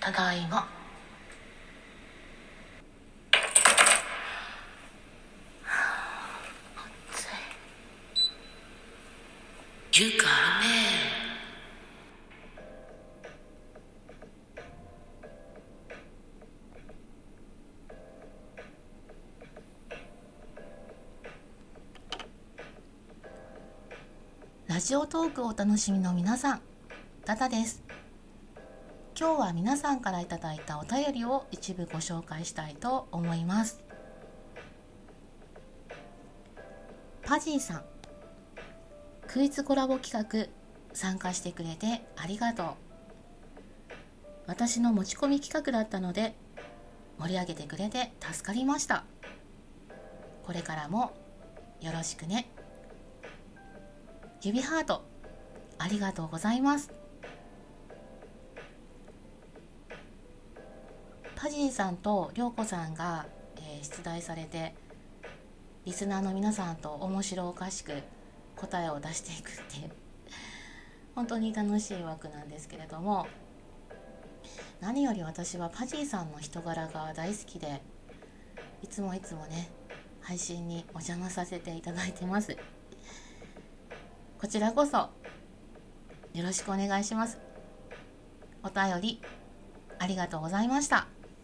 ただいま。You got a man。ラジオトークをお楽しみの皆さん、ダダです。今日は皆さんからいただいたお便りを一部ご紹介したいと思います。パジーさん、クイズコラボ企画参加してくれてありがとう。私の持ち込み企画だったので盛り上げてくれて助かりました。これからもよろしくね。指ハートありがとうございます。パジーさんとりょうこさんが、出題されてリスナーの皆さんと面白おかしく答えを出していくっていう本当に楽しい枠なんですけれども、何より私はパジーさんの人柄が大好きで、いつもね配信にお邪魔させていただいてます。こちらこそよろしくお願いします。お便りありがとうございました。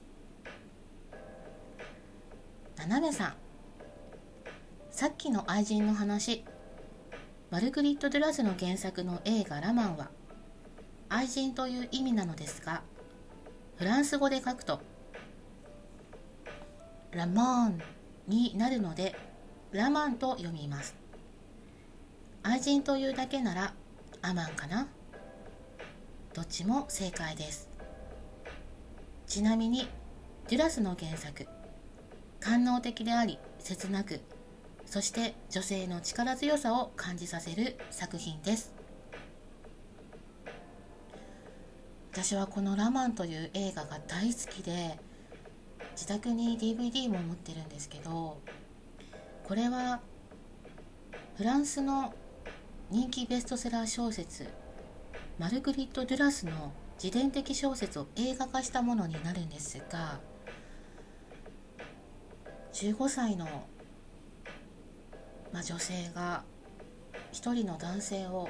ななめさん、さっきの愛人の話、マルグリット・デュラスの原作の映画ラマンは愛人という意味なのですが、フランス語で書くとラマンになるのでラマンと読みます。愛人というだけならアマンかな。どっちも正解です。ちなみにデュラスの原作、官能的であり切なく、そして女性の力強さを感じさせる作品です。私はこのラマンという映画が大好きで、自宅に DVD も持ってるんですけど、これはフランスの人気ベストセラー小説マルグリット・デュラスの自伝的小説を映画化したものになるんですが、15歳の、女性が一人の男性を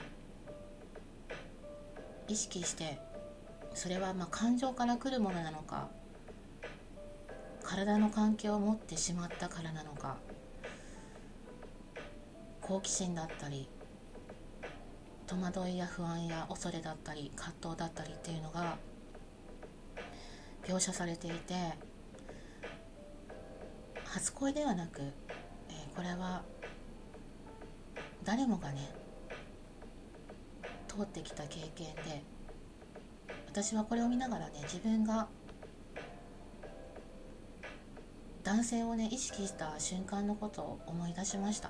意識して、それは感情から来るものなのか、体の関係を持ってしまったからなのか、好奇心だったり戸惑いや不安や恐れだったり葛藤だったりっていうのが描写されていて、初恋ではなく、これは誰もがね通ってきた経験で、私はこれを見ながらね、自分が男性をね意識した瞬間のことを思い出しました。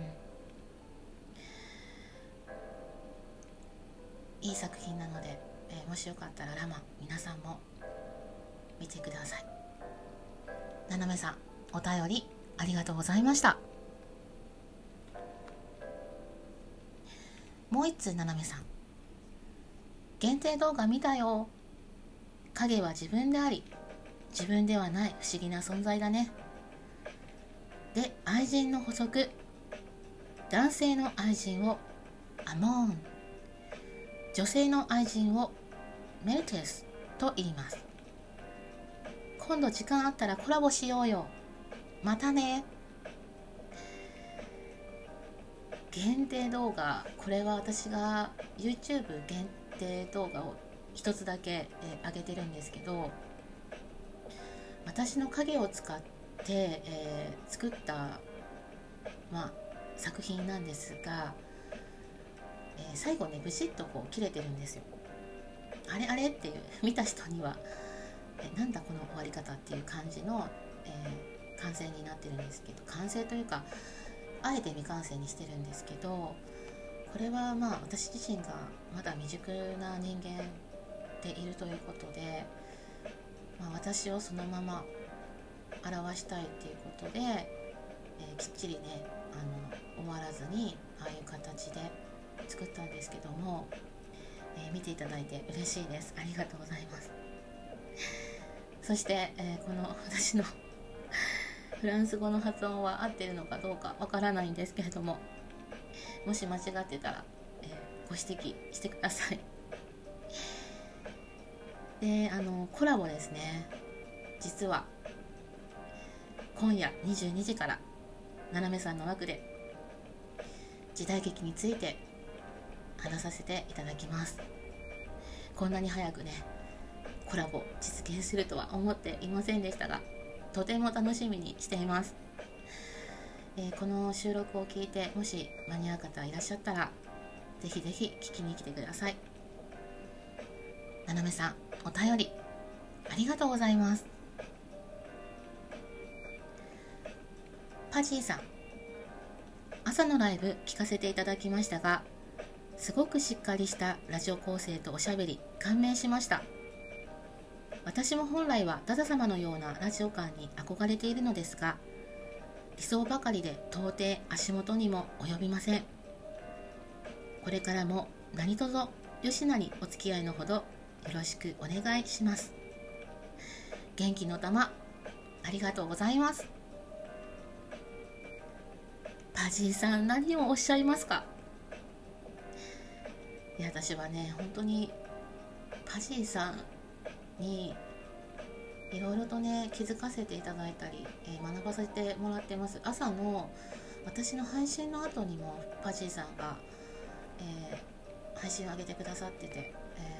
いい作品なので、もしよかったらラマン皆さんも見てください。ななめさん、お便りありがとうございました。もう一通、ななめさん、限定動画見たよ。影は自分であり自分ではない不思議な存在だね。で、愛人の補足、男性の愛人をアモーン、女性の愛人をメルテスと言います。今度時間あったらコラボしようよ。またね。限定動画、これは私が YouTube 限定動画を一つだけ上げてるんですけど、私の影を使って、作った、作品なんですが、最後ねブシッとこう切れてるんですよ。あれあれっていう見た人にはなんだこの終わり方っていう感じの、完成になってるんですけど、完成というかあえて未完成にしてるんですけど、これは私自身がまだ未熟な人間でいるということで、私をそのまま表したいっていうことで、きっちりね終わらずにああいう形で作ったんですけども、見ていただいて嬉しいです。ありがとうございます。 そして、この私のフランス語の発音は合ってるのかどうかわからないんですけれども、もし間違ってたら、ご指摘してください。で、コラボですね。実は今夜22時からななめさんの枠で時代劇について話させていただきます。こんなに早くねコラボ実現するとは思っていませんでしたが、とても楽しみにしています。この収録を聞いてもし間に合う方いらっしゃったら、ぜひぜひ聞きに来てください。ななめさん、お便りありがとうございます。パジーさん、朝のライブ聞かせていただきましたが、すごくしっかりしたラジオ構成とおしゃべり感銘しました。私も本来はダダ様のようなラジオ感に憧れているのですが、理想ばかりで到底足元にも及びません。これからも何卒よしなにお付き合いのほどよろしくお願いします。元気の玉ありがとうございます。パジーさん、何をおっしゃいますか。いや、私はね本当にパジーさんにいろいろとね気づかせていただいたり、学ばせてもらってます。朝の私の配信の後にもパジーさんが、配信を上げてくださってて、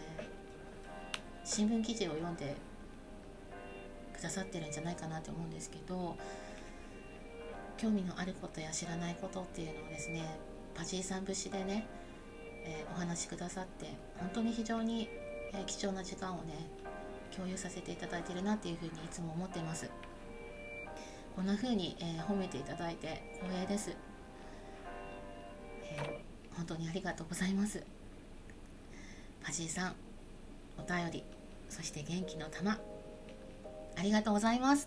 新聞記事を読んでくださってるんじゃないかなと思うんですけど、興味のあることや知らないことっていうのをですね、パジーさん節でね、お話しくださって、本当に非常に、貴重な時間をね共有させていただいているなっていうふうにいつも思っています。こんなふうに、褒めていただいて光栄です。本当にありがとうございます。パジーさん、お便り、そして元気の玉ありがとうございます。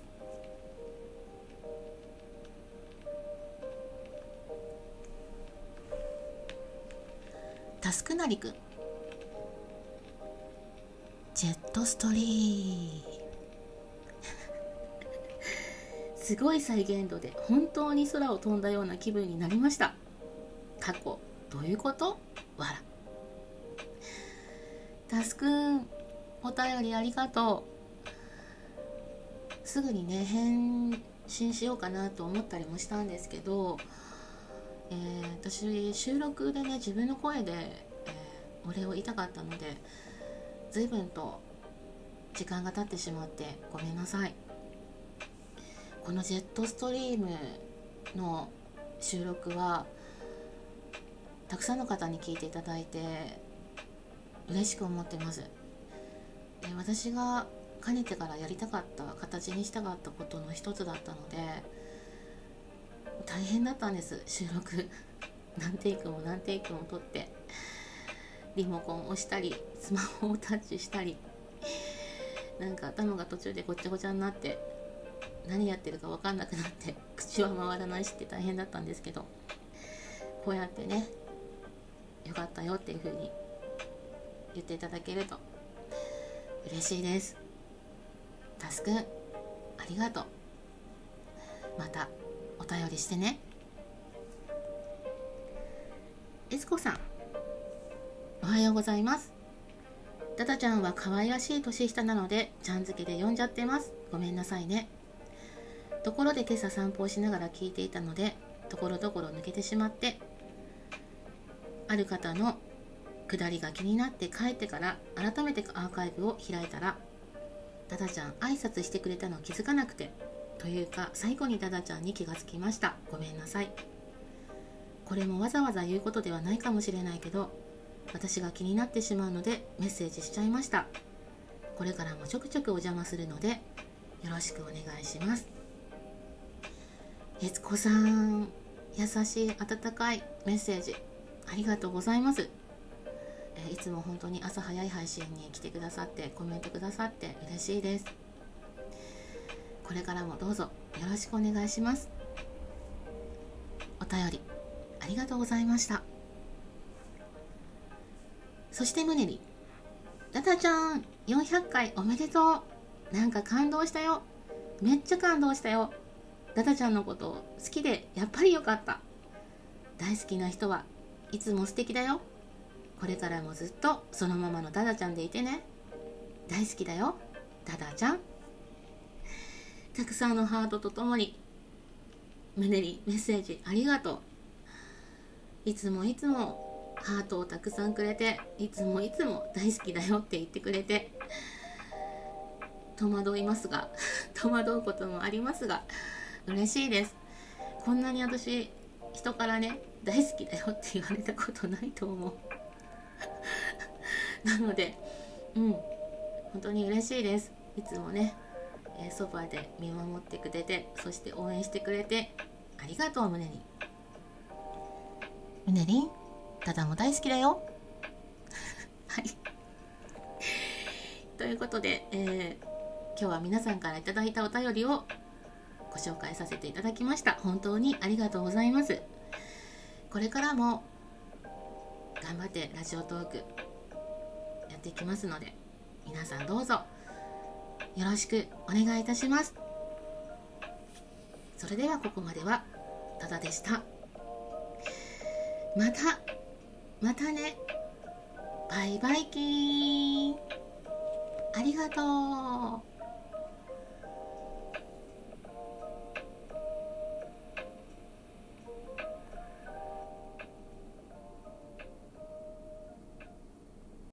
タスクなりくん、ジェットストリーすごい再現度で本当に空を飛んだような気分になりました。過去どういうこと？わら。タスくん、お便りありがとう。すぐにね返信しようかなと思ったりもしたんですけど、私収録でね自分の声で、お礼を言いたかったので、随分と時間が経ってしまってごめんなさい。このジェットストリームの収録はたくさんの方に聞いていただいて嬉しく思ってます。私がかねてからやりたかった形にしたかったことの一つだったので、大変だったんです。収録何テイクも何テイクも撮って、リモコンを押したりスマホをタッチしたり、なんか頭が途中でごっちゃごちゃになって何やってるか分かんなくなって口は回らないしって大変だったんですけど、こうやってねよかったよっていう風に言っていただけると嬉しいです。タスくん、ありがとう。またお便りしてね。エスコさん、おはようございます。ダダちゃんは可愛らしい年下なのでちゃん付けで呼んじゃってます。ごめんなさいね。ところで今朝散歩をしながら聞いていたので、ところどころ抜けてしまって、ある方の下りが気になって帰ってから改めてアーカイブを開いたら、ダダちゃん挨拶してくれたの気づかなくて、というか最後にダダちゃんに気がつきました。ごめんなさい。これもわざわざ言うことではないかもしれないけど、私が気になってしまうのでメッセージしちゃいました。これからもちょくちょくお邪魔するのでよろしくお願いします。悦子さん、優しい温かいメッセージありがとうございます。いつも本当に朝早い配信に来てくださってコメントくださって嬉しいです。これからもどうぞよろしくお願いします。お便りありがとうございました。そしてムネリ、ダダちゃん400回おめでとう。 なんか感動したよ。めっちゃ感動したよ。ダダちゃんのこと好きでやっぱりよかった。大好きな人はいつも素敵だよ。これからもずっとそのままのダダちゃんでいてね。大好きだよ、ダダちゃん。たくさんのハートとともに胸にメッセージありがとう。いつもいつもハートをたくさんくれて、いつもいつも大好きだよって言ってくれて、戸惑いますが戸惑うこともありますが嬉しいです。こんなに私人からね大好きだよって言われたことないと思うなので本当に嬉しいです。いつもねそばで見守ってくれて、そして応援してくれてありがとう。胸に胸りん、ダダも大好きだよはいということで、今日は皆さんからいただいたお便りをご紹介させていただきました。本当にありがとうございます。これからも頑張ってラジオトークやっていきますので、皆さんどうぞよろしくお願いいたします。それではここまではダダでした。またね。バイバイキーン。ありがとう。